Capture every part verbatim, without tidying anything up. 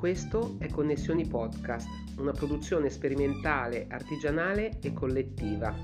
Questo è Connessioni Podcast, una produzione sperimentale, artigianale e collettiva.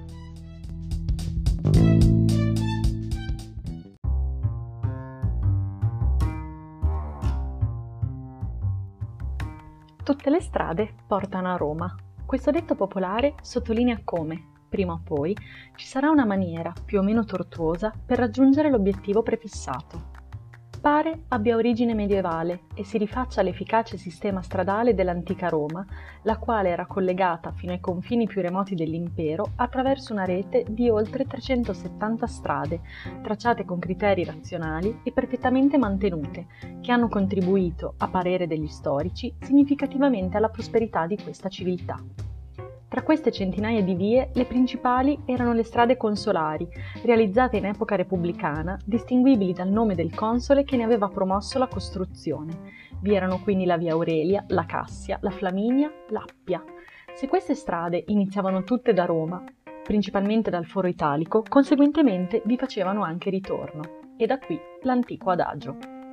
Tutte le strade portano a Roma. Questo detto popolare sottolinea come, prima o poi, ci sarà una maniera, più o meno tortuosa, per raggiungere l'obiettivo prefissato. Pare abbia origine medievale e si rifaccia all'efficace sistema stradale dell'antica Roma, la quale era collegata fino ai confini più remoti dell'impero attraverso una rete di oltre trecentosettanta strade, tracciate con criteri razionali e perfettamente mantenute, che hanno contribuito, a parere degli storici, significativamente alla prosperità di questa civiltà. Tra queste centinaia di vie, le principali erano le strade consolari, realizzate in epoca repubblicana, distinguibili dal nome del console che ne aveva promosso la costruzione. Vi erano quindi la via Aurelia, la Cassia, la Flaminia, l'Appia. Se queste strade iniziavano tutte da Roma, principalmente dal Foro Italico, conseguentemente vi facevano anche ritorno, e da qui l'antico adagio.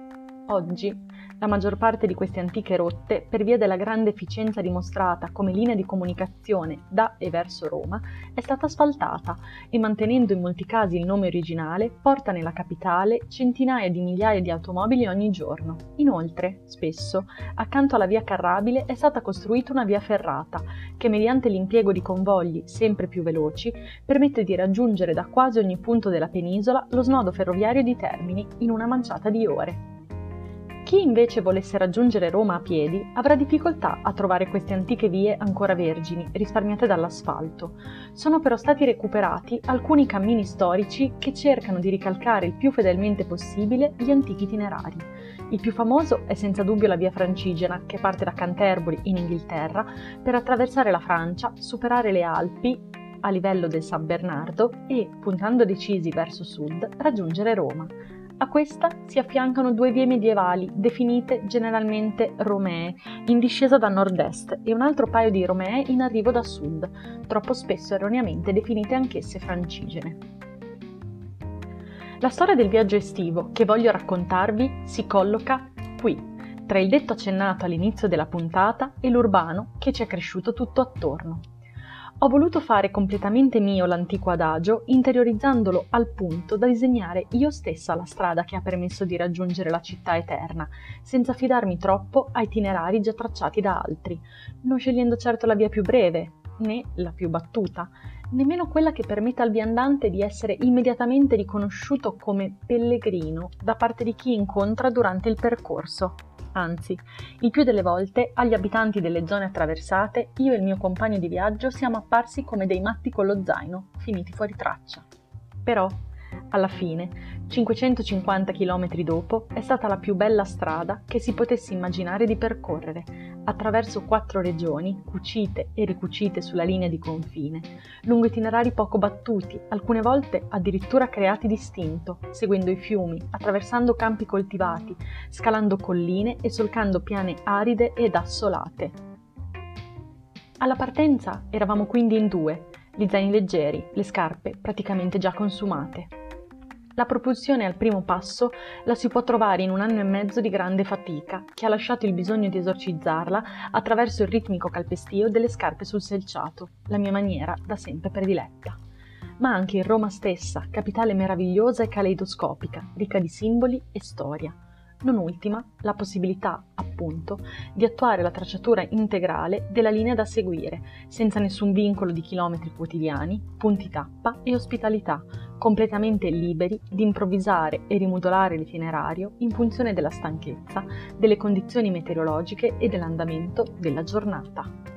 Oggi, la maggior parte di queste antiche rotte, per via della grande efficienza dimostrata come linea di comunicazione da e verso Roma, è stata asfaltata e, mantenendo in molti casi il nome originale, porta nella capitale centinaia di migliaia di automobili ogni giorno. Inoltre, spesso, accanto alla via carrabile è stata costruita una via ferrata, che mediante l'impiego di convogli sempre più veloci permette di raggiungere da quasi ogni punto della penisola lo snodo ferroviario di Termini in una manciata di ore. Chi invece volesse raggiungere Roma a piedi avrà difficoltà a trovare queste antiche vie ancora vergini, risparmiate dall'asfalto. Sono però stati recuperati alcuni cammini storici che cercano di ricalcare il più fedelmente possibile gli antichi itinerari. Il più famoso è senza dubbio la via Francigena, che parte da Canterbury in Inghilterra per attraversare la Francia, superare le Alpi a livello del San Bernardo e, puntando decisi verso sud, raggiungere Roma. A questa si affiancano due vie medievali, definite generalmente romee, in discesa da nord-est, e un altro paio di romee in arrivo da sud, troppo spesso erroneamente definite anch'esse francigene. La storia del viaggio estivo che voglio raccontarvi si colloca qui, tra il detto accennato all'inizio della puntata e l'urbano che ci è cresciuto tutto attorno. Ho voluto fare completamente mio l'antico adagio, interiorizzandolo al punto da disegnare io stessa la strada che ha permesso di raggiungere la città eterna, senza fidarmi troppo a itinerari già tracciati da altri, non scegliendo certo la via più breve, né la più battuta, nemmeno quella che permetta al viandante di essere immediatamente riconosciuto come pellegrino da parte di chi incontra durante il percorso. Anzi, il più delle volte, agli abitanti delle zone attraversate, io e il mio compagno di viaggio siamo apparsi come dei matti con lo zaino, finiti fuori traccia. Però, alla fine, cinquecentocinquanta chilometri dopo, è stata la più bella strada che si potesse immaginare di percorrere, attraverso quattro regioni, cucite e ricucite sulla linea di confine, lungo itinerari poco battuti, alcune volte addirittura creati distinto, seguendo i fiumi, attraversando campi coltivati, scalando colline e solcando piane aride ed assolate. Alla partenza eravamo quindi in due, gli zaini leggeri, le scarpe praticamente già consumate. La propulsione al primo passo la si può trovare in un anno e mezzo di grande fatica, che ha lasciato il bisogno di esorcizzarla attraverso il ritmico calpestio delle scarpe sul selciato, la mia maniera da sempre prediletta. Ma anche in Roma stessa, capitale meravigliosa e caleidoscopica, ricca di simboli e storia. Non ultima, la possibilità, appunto, di attuare la tracciatura integrale della linea da seguire, senza nessun vincolo di chilometri quotidiani, punti tappa e ospitalità, completamente liberi di improvvisare e rimodulare l'itinerario in funzione della stanchezza, delle condizioni meteorologiche e dell'andamento della giornata.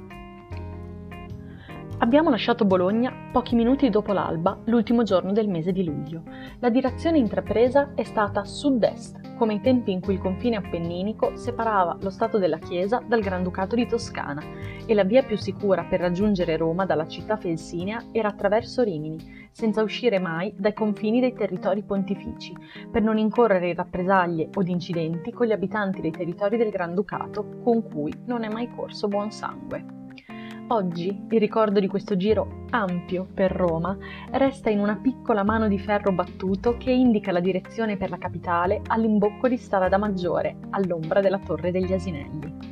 Abbiamo lasciato Bologna pochi minuti dopo l'alba, l'ultimo giorno del mese di luglio. La direzione intrapresa è stata sud-est, come ai tempi in cui il confine appenninico separava lo Stato della Chiesa dal Granducato di Toscana, e la via più sicura per raggiungere Roma dalla città felsinea era attraverso Rimini, senza uscire mai dai confini dei territori pontifici, per non incorrere in rappresaglie o incidenti con gli abitanti dei territori del Granducato, con cui non è mai corso buon sangue. Oggi il ricordo di questo giro ampio per Roma resta in una piccola mano di ferro battuto che indica la direzione per la capitale all'imbocco di Strada Maggiore, all'ombra della Torre degli Asinelli.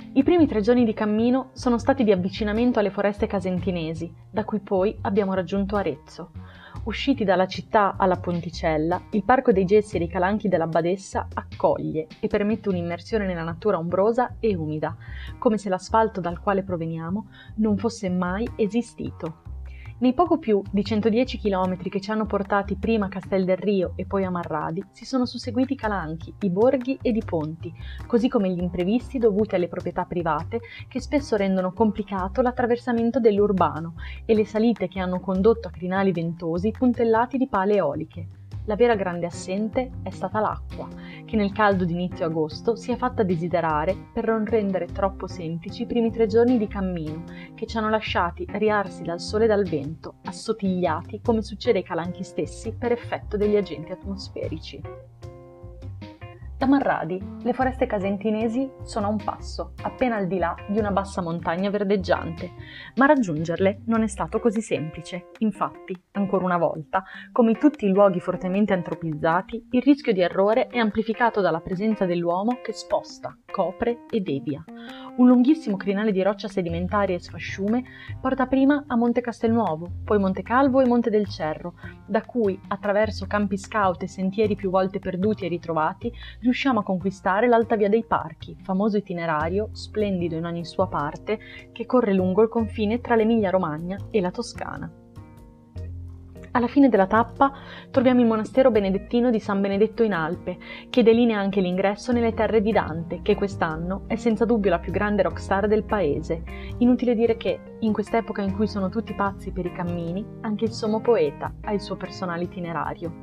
I primi tre giorni di cammino sono stati di avvicinamento alle foreste casentinesi, da cui poi abbiamo raggiunto Arezzo. Usciti dalla città alla Ponticella, il Parco dei Gessi e dei Calanchi della Badessa accoglie e permette un'immersione nella natura ombrosa e umida, come se l'asfalto dal quale proveniamo non fosse mai esistito. Nei poco più di centodieci chilometri che ci hanno portati prima a Castel del Rio e poi a Marradi, si sono susseguiti i calanchi, i borghi ed i ponti, così come gli imprevisti dovuti alle proprietà private che spesso rendono complicato l'attraversamento dell'urbano e le salite che hanno condotto a crinali ventosi puntellati di pale eoliche. La vera grande assente è stata l'acqua, che nel caldo di inizio agosto si è fatta desiderare per non rendere troppo semplici i primi tre giorni di cammino, che ci hanno lasciati riarsi dal sole e dal vento, assottigliati come succede ai calanchi stessi per effetto degli agenti atmosferici. Da Marradi, le foreste casentinesi sono a un passo, appena al di là di una bassa montagna verdeggiante, ma raggiungerle non è stato così semplice. Infatti, ancora una volta, come in tutti i luoghi fortemente antropizzati, il rischio di errore è amplificato dalla presenza dell'uomo che sposta, copre e devia. Un lunghissimo crinale di roccia sedimentaria e sfasciume porta prima a Monte Castelnuovo, poi Monte Calvo e Monte del Cerro, da cui, attraverso campi scout e sentieri più volte perduti e ritrovati, riusciamo a conquistare l'Alta Via dei Parchi, famoso itinerario, splendido in ogni sua parte, che corre lungo il confine tra l'Emilia-Romagna e la Toscana. Alla fine della tappa troviamo il monastero benedettino di San Benedetto in Alpe, che delinea anche l'ingresso nelle terre di Dante, che quest'anno è senza dubbio la più grande rockstar del paese. Inutile dire che, in quest'epoca in cui sono tutti pazzi per i cammini, anche il sommo poeta ha il suo personale itinerario.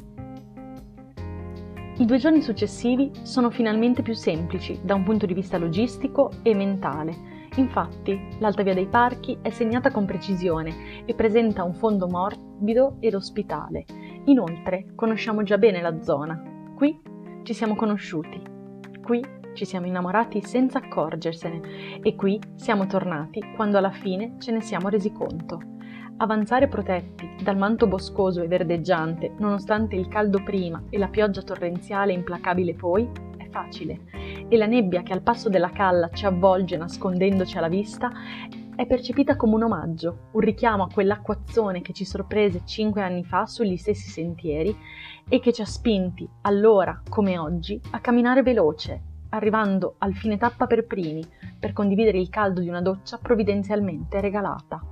I due giorni successivi sono finalmente più semplici da un punto di vista logistico e mentale. Infatti, l'Alta Via dei Parchi è segnata con precisione e presenta un fondo morbido ed ospitale. Inoltre, conosciamo già bene la zona. Qui ci siamo conosciuti. Qui ci siamo innamorati senza accorgersene e qui siamo tornati quando alla fine ce ne siamo resi conto. Avanzare protetti dal manto boscoso e verdeggiante, nonostante il caldo prima e la pioggia torrenziale implacabile poi, è facile. E la nebbia che al passo della calla ci avvolge nascondendoci alla vista è percepita come un omaggio, un richiamo a quell'acquazzone che ci sorprese cinque anni fa sugli stessi sentieri e che ci ha spinti, allora come oggi, a camminare veloce, arrivando al fine tappa per primi, per condividere il caldo di una doccia provvidenzialmente regalata.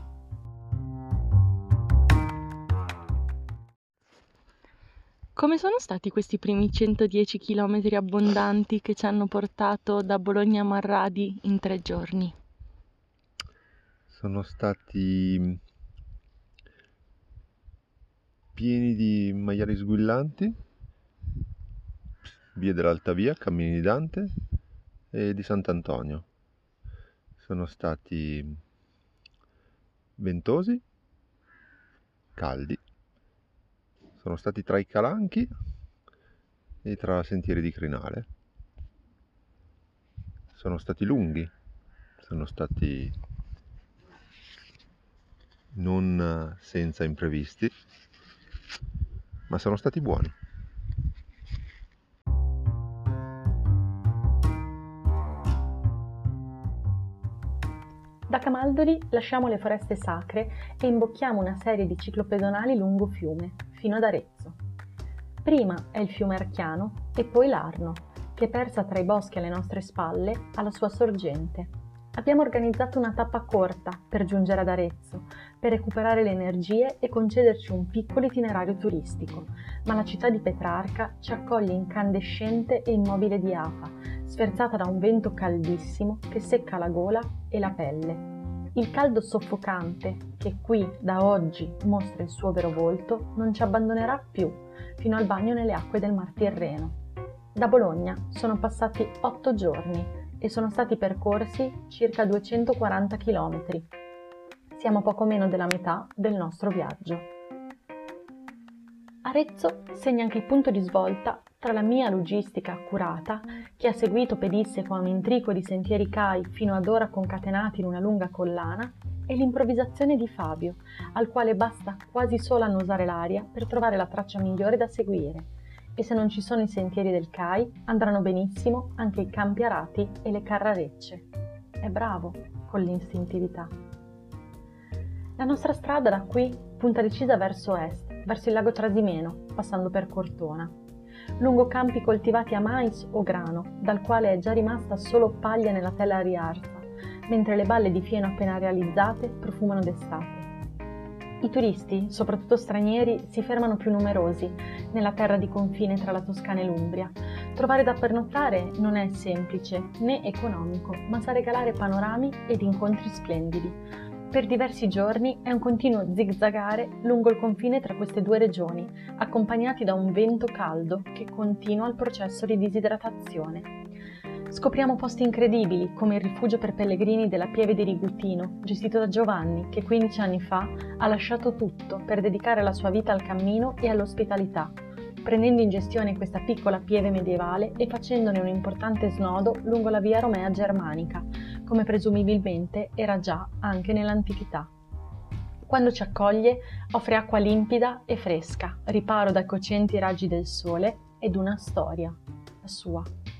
Come sono stati questi primi centodieci chilometri abbondanti che ci hanno portato da Bologna a Marradi in tre giorni? Sono stati pieni di maiali sguillanti, vie dell'Alta Via, cammini di Dante e di Sant'Antonio. Sono stati ventosi, caldi. Sono stati tra i calanchi e tra sentieri di crinale. Sono stati lunghi, sono stati non senza imprevisti, ma sono stati buoni. Da Camaldoli lasciamo le foreste sacre e imbocchiamo una serie di ciclopedonali lungo fiume, fino ad Arezzo. Prima è il fiume Archiano e poi l'Arno, che persa tra i boschi alle nostre spalle ha la sua sorgente. Abbiamo organizzato una tappa corta per giungere ad Arezzo, per recuperare le energie e concederci un piccolo itinerario turistico, ma la città di Petrarca ci accoglie incandescente e immobile di afa, sferzata da un vento caldissimo che secca la gola e la pelle. Il caldo soffocante, che qui da oggi mostra il suo vero volto, non ci abbandonerà più, fino al bagno nelle acque del Mar Tirreno. Da Bologna sono passati otto giorni e sono stati percorsi circa duecentoquaranta chilometri. Siamo poco meno della metà del nostro viaggio. Arezzo segna anche il punto di svolta tra la mia logistica accurata, che ha seguito pedisse con un intrico di sentieri C A I fino ad ora concatenati in una lunga collana, e l'improvvisazione di Fabio, al quale basta quasi solo annusare l'aria per trovare la traccia migliore da seguire. e se non ci sono i sentieri del C A I andranno benissimo anche i campi arati e le carrarecce. È bravo con l'istintività. La nostra strada da qui punta decisa verso est, verso il lago Trasimeno, passando per Cortona, lungo campi coltivati a mais o grano, dal quale è già rimasta solo paglia nella tela riarsa, mentre le balle di fieno appena realizzate profumano d'estate. I turisti, soprattutto stranieri, si fermano più numerosi nella terra di confine tra la Toscana e l'Umbria. Trovare da pernottare non è semplice né economico, ma sa regalare panorami ed incontri splendidi. Per diversi giorni è un continuo zigzagare lungo il confine tra queste due regioni, accompagnati da un vento caldo che continua il processo di disidratazione. Scopriamo posti incredibili, come il rifugio per pellegrini della Pieve di Rigutino, gestito da Giovanni, che quindici anni fa ha lasciato tutto per dedicare la sua vita al cammino e all'ospitalità, prendendo in gestione questa piccola pieve medievale e facendone un importante snodo lungo la via Romea Germanica, come presumibilmente era già anche nell'antichità. Quando ci accoglie, offre acqua limpida e fresca, riparo dai cocenti raggi del sole ed una storia, la sua.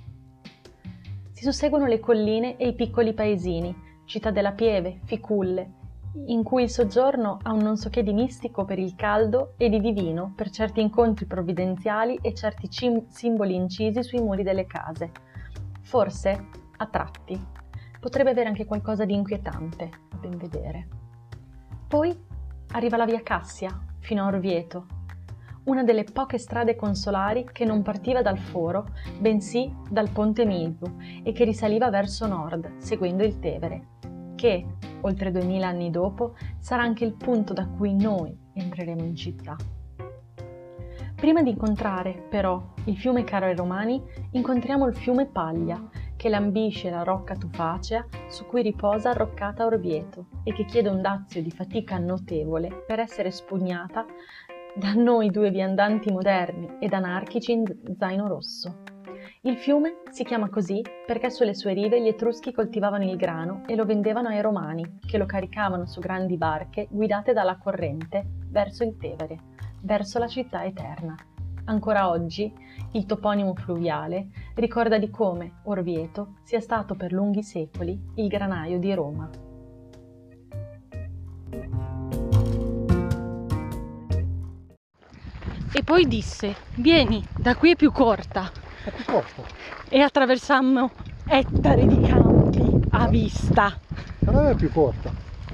Si susseguono le colline e i piccoli paesini, Città della Pieve, Ficulle, in cui il soggiorno ha un non so che di mistico per il caldo e di divino per certi incontri provvidenziali e certi cim- simboli incisi sui muri delle case. Forse, a tratti, potrebbe avere anche qualcosa di inquietante, a ben vedere. Poi arriva la via Cassia, fino a Orvieto, una delle poche strade consolari che non partiva dal Foro, bensì dal Ponte Milvio e che risaliva verso nord, seguendo il Tevere, che, oltre duemila anni dopo, sarà anche il punto da cui noi entreremo in città. Prima di incontrare, però, il fiume caro ai Romani, incontriamo il fiume Paglia, che lambisce la rocca tufacea su cui riposa arroccata Orvieto e che chiede un dazio di fatica notevole per essere spugnata da noi due viandanti moderni ed anarchici in zaino rosso. Il fiume si chiama così perché sulle sue rive gli Etruschi coltivavano il grano e lo vendevano ai Romani, che lo caricavano su grandi barche guidate dalla corrente verso il Tevere, verso la città eterna. Ancora oggi il toponimo fluviale ricorda di come Orvieto sia stato per lunghi secoli il granaio di Roma. E poi disse: vieni, da qui è più corta. È più corta. E attraversammo ettari di campi a vista. Non è più corta.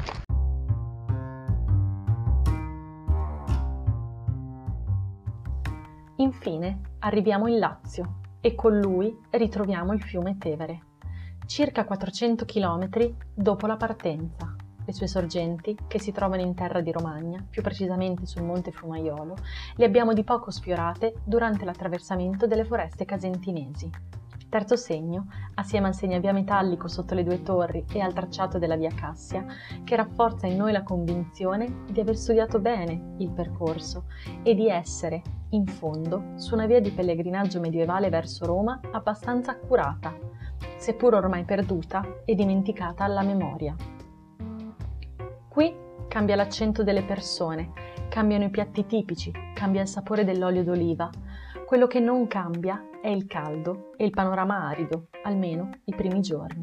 Infine arriviamo in Lazio e con lui ritroviamo il fiume Tevere, circa quattrocento chilometri dopo la partenza. Le sue sorgenti, che si trovano in terra di Romagna, più precisamente sul monte Frumaiolo, le abbiamo di poco sfiorate durante l'attraversamento delle foreste casentinesi. Terzo segno, assieme al segnavia metallico sotto le due torri e al tracciato della via Cassia, che rafforza in noi la convinzione di aver studiato bene il percorso e di essere, in fondo, su una via di pellegrinaggio medievale verso Roma abbastanza accurata, seppur ormai perduta e dimenticata alla memoria. Qui cambia l'accento delle persone, cambiano i piatti tipici, cambia il sapore dell'olio d'oliva. Quello che non cambia è il caldo e il panorama arido, almeno i primi giorni.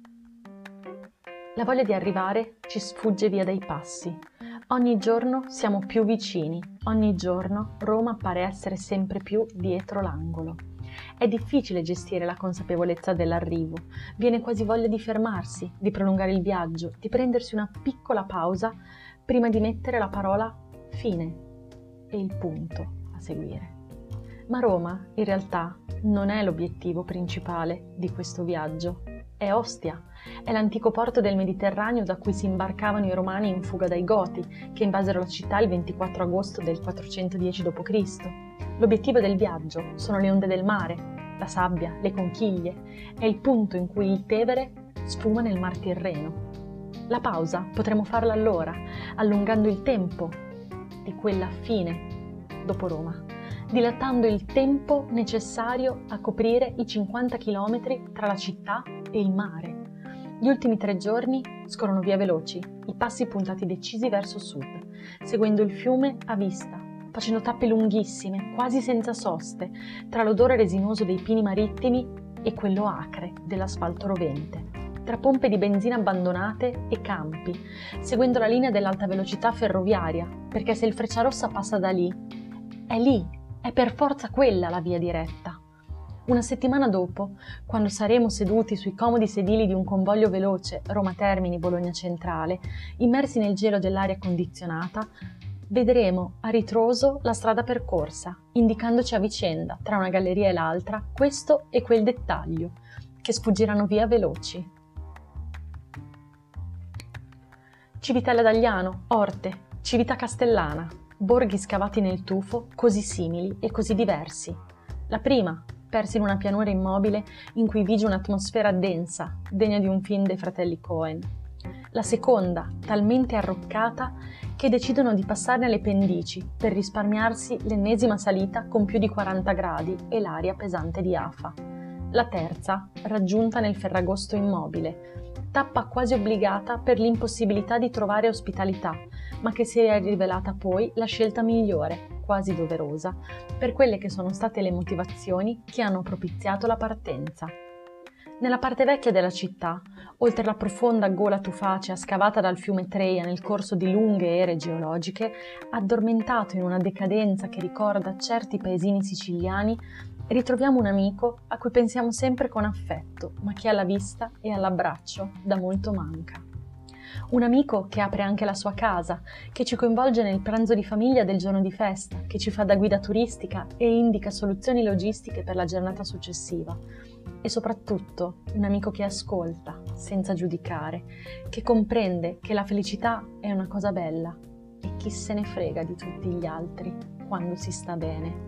La voglia di arrivare ci sfugge via dai passi. Ogni giorno siamo più vicini, ogni giorno Roma pare essere sempre più dietro l'angolo. È difficile gestire la consapevolezza dell'arrivo, viene quasi voglia di fermarsi, di prolungare il viaggio, di prendersi una piccola pausa prima di mettere la parola fine e il punto a seguire. Ma Roma, in realtà, non è l'obiettivo principale di questo viaggio, è Ostia, è l'antico porto del Mediterraneo da cui si imbarcavano i Romani in fuga dai Goti, che invasero la città il ventiquattro agosto del quattrocentodieci dopo Cristo L'obiettivo del viaggio sono le onde del mare, la sabbia, le conchiglie, è il punto in cui il Tevere sfuma nel Mar Tirreno. La pausa potremo farla allora, allungando il tempo di quella fine dopo Roma, dilatando il tempo necessario a coprire i cinquanta chilometri tra la città e il mare. Gli ultimi tre giorni scorrono via veloci, i passi puntati decisi verso sud, seguendo il fiume a vista, facendo tappe lunghissime, quasi senza soste, tra l'odore resinoso dei pini marittimi e quello acre dell'asfalto rovente, tra pompe di benzina abbandonate e campi, seguendo la linea dell'alta velocità ferroviaria, perché se il Frecciarossa passa da lì, è lì, è per forza quella la via diretta. Una settimana dopo, quando saremo seduti sui comodi sedili di un convoglio veloce Roma Termini-Bologna Centrale, immersi nel gelo dell'aria condizionata, vedremo a ritroso la strada percorsa, indicandoci a vicenda, tra una galleria e l'altra, questo e quel dettaglio, che sfuggiranno via veloci. Civitella d'Agliano, Orte, Cività Castellana, borghi scavati nel tufo, così simili e così diversi. La prima, persi in una pianura immobile in cui vige un'atmosfera densa, degna di un film dei fratelli Coen. La seconda, talmente arroccata che decidono di passarne le pendici per risparmiarsi l'ennesima salita con più di quaranta gradi e l'aria pesante di afa. La terza, raggiunta nel Ferragosto immobile, tappa quasi obbligata per l'impossibilità di trovare ospitalità, ma che si è rivelata poi la scelta migliore, quasi doverosa, per quelle che sono state le motivazioni che hanno propiziato la partenza. Nella parte vecchia della città, oltre la profonda gola tufacea scavata dal fiume Treia nel corso di lunghe ere geologiche, addormentato in una decadenza che ricorda certi paesini siciliani, ritroviamo un amico a cui pensiamo sempre con affetto, ma che alla vista e all'abbraccio da molto manca. Un amico che apre anche la sua casa, che ci coinvolge nel pranzo di famiglia del giorno di festa, che ci fa da guida turistica e indica soluzioni logistiche per la giornata successiva. E soprattutto un amico che ascolta, senza giudicare, che comprende che la felicità è una cosa bella e chi se ne frega di tutti gli altri quando si sta bene.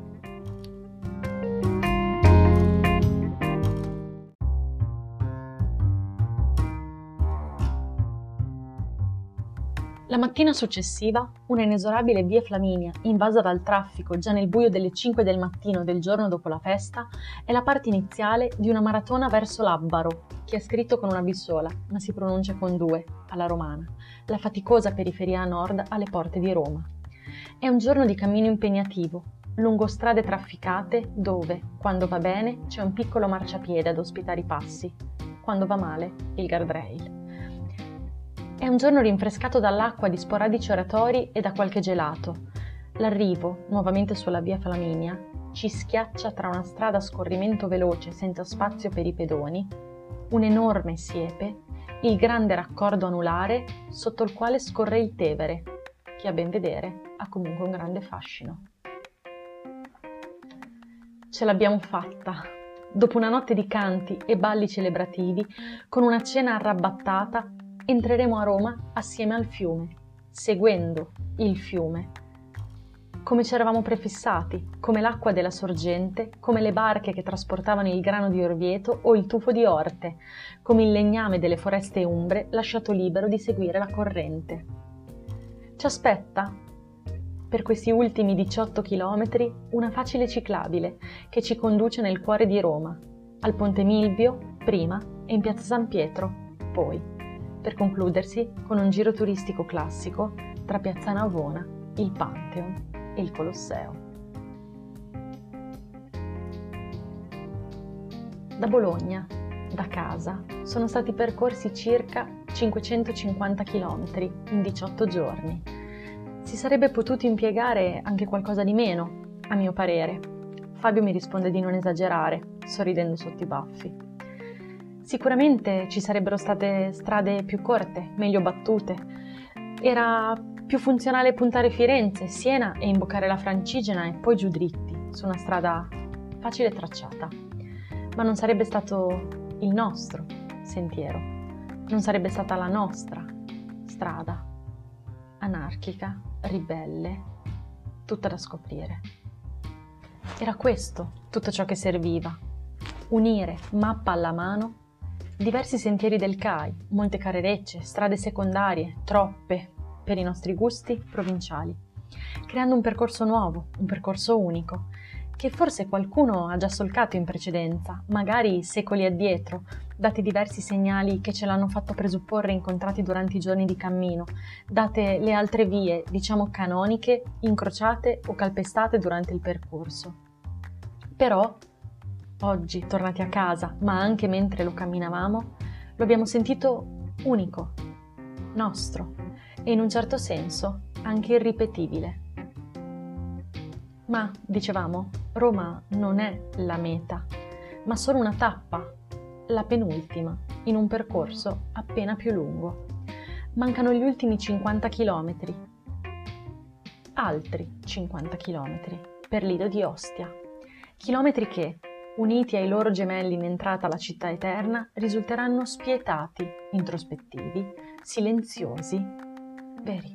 La mattina successiva, una inesorabile via Flaminia, invasa dal traffico già nel buio delle cinque del mattino del giorno dopo la festa, è la parte iniziale di una maratona verso l'Abbaro, che è scritto con una B sola, ma si pronuncia con due, alla romana, la faticosa periferia a nord alle porte di Roma. È un giorno di cammino impegnativo, lungo strade trafficate dove, quando va bene, c'è un piccolo marciapiede ad ospitare i passi, quando va male, il guardrail. È un giorno rinfrescato dall'acqua di sporadici oratori e da qualche gelato. L'arrivo, nuovamente sulla via Flaminia, ci schiaccia tra una strada a scorrimento veloce senza spazio per i pedoni, un'enorme siepe, il grande raccordo anulare sotto il quale scorre il Tevere, che a ben vedere ha comunque un grande fascino. Ce l'abbiamo fatta! Dopo una notte di canti e balli celebrativi, con una cena arrabattata, entreremo a Roma assieme al fiume, seguendo il fiume, come ci eravamo prefissati, come l'acqua della sorgente, come le barche che trasportavano il grano di Orvieto o il tufo di Orte, come il legname delle foreste umbre lasciato libero di seguire la corrente. Ci aspetta, per questi ultimi diciotto chilometri, una facile ciclabile che ci conduce nel cuore di Roma, al Ponte Milvio, prima, e in Piazza San Pietro, poi, per concludersi con un giro turistico classico tra Piazza Navona, il Pantheon e il Colosseo. Da Bologna, da casa, sono stati percorsi circa cinquecentocinquanta chilometri in diciotto giorni. Si sarebbe potuto impiegare anche qualcosa di meno, a mio parere. Fabio mi risponde di non esagerare, sorridendo sotto i baffi. Sicuramente ci sarebbero state strade più corte, meglio battute. Era più funzionale puntare Firenze, Siena e imboccare la Francigena e poi giù dritti, su una strada facile tracciata. Ma non sarebbe stato il nostro sentiero, non sarebbe stata la nostra strada, anarchica, ribelle, tutta da scoprire. Era questo tutto ciò che serviva, unire, mappa alla mano, diversi sentieri del C A I, molte carerecce, strade secondarie, troppe, per i nostri gusti, provinciali, creando un percorso nuovo, un percorso unico, che forse qualcuno ha già solcato in precedenza, magari secoli addietro, dati diversi segnali che ce l'hanno fatto presupporre incontrati durante i giorni di cammino, date le altre vie, diciamo canoniche, incrociate o calpestate durante il percorso. Però, oggi, tornati a casa, ma anche mentre lo camminavamo, lo abbiamo sentito unico, nostro, e in un certo senso anche irripetibile. Ma, dicevamo, Roma non è la meta, ma solo una tappa, la penultima, in un percorso appena più lungo. Mancano gli ultimi cinquanta chilometri, altri cinquanta chilometri, per Lido di Ostia. Chilometri che, uniti ai loro gemelli in entrata alla città eterna, risulteranno spietati, introspettivi, silenziosi, veri.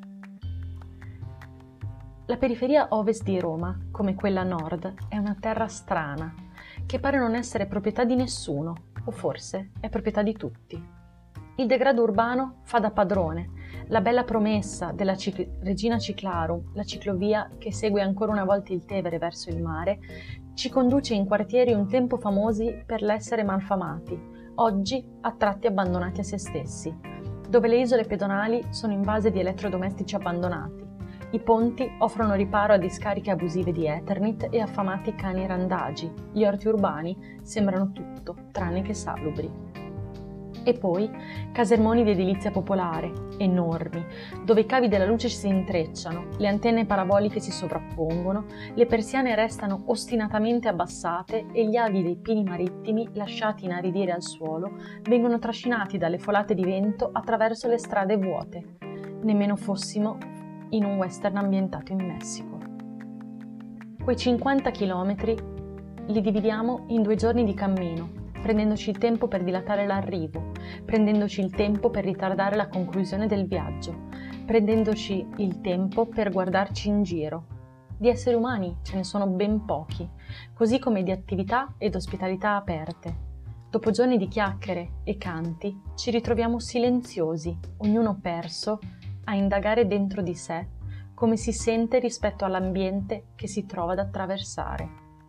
La periferia ovest di Roma, come quella a nord, è una terra strana, che pare non essere proprietà di nessuno, o forse è proprietà di tutti. Il degrado urbano fa da padrone, la bella promessa della Cic- Regina Ciclarum, la ciclovia che segue ancora una volta il Tevere verso il mare, ci conduce in quartieri un tempo famosi per l'essere malfamati, oggi a tratti abbandonati a se stessi, dove le isole pedonali sono invase di elettrodomestici abbandonati. I ponti offrono riparo a discariche abusive di Eternit e affamati cani randagi. Gli orti urbani sembrano tutto tranne che salubri. E poi casermoni di edilizia popolare, enormi, dove i cavi della luce si intrecciano, le antenne paraboliche si sovrappongono, le persiane restano ostinatamente abbassate e gli avi dei pini marittimi, lasciati inaridire al suolo, vengono trascinati dalle folate di vento attraverso le strade vuote. Nemmeno fossimo in un western ambientato in Messico. Quei cinquanta chilometri li dividiamo in due giorni di cammino, prendendoci il tempo per dilatare l'arrivo, prendendoci il tempo per ritardare la conclusione del viaggio, prendendoci il tempo per guardarci in giro. Di esseri umani ce ne sono ben pochi, così come di attività ed ospitalità aperte. Dopo giorni di chiacchiere e canti, ci ritroviamo silenziosi, ognuno perso, a indagare dentro di sé come si sente rispetto all'ambiente che si trova ad attraversare.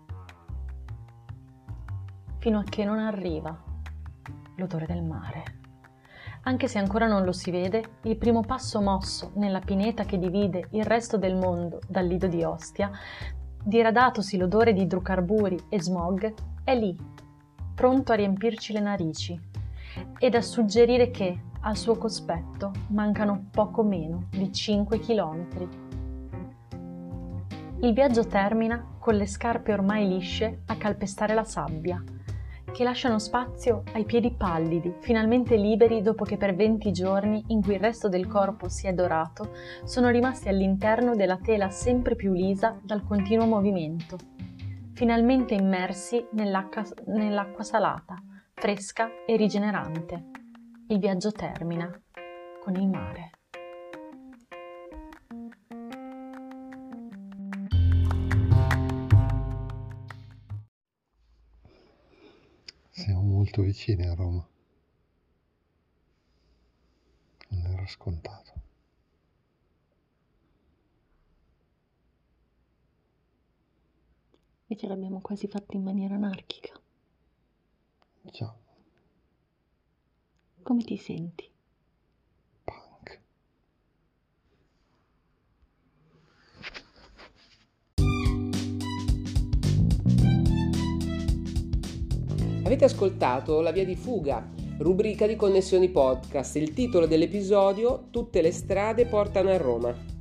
Fino a che non arriva l'odore del mare. Anche se ancora non lo si vede, il primo passo mosso nella pineta che divide il resto del mondo dal Lido di Ostia, diradatosi l'odore di idrocarburi e smog, è lì, pronto a riempirci le narici ed a suggerire che al suo cospetto mancano poco meno di cinque chilometri. Il viaggio termina con le scarpe ormai lisce a calpestare la sabbia, che lasciano spazio ai piedi pallidi, finalmente liberi dopo che per venti giorni, in cui il resto del corpo si è dorato, sono rimasti all'interno della tela sempre più lisa dal continuo movimento, finalmente immersi nell'acqua, nell'acqua salata, fresca e rigenerante. Il viaggio termina con il mare. Siamo molto vicini a Roma. Non era scontato. E ce l'abbiamo quasi fatta in maniera anarchica. Già. Come ti senti? Punk. Avete ascoltato La Via di Fuga, rubrica di Connessioni Podcast. Il titolo dell'episodio: Tutte le strade portano a Roma.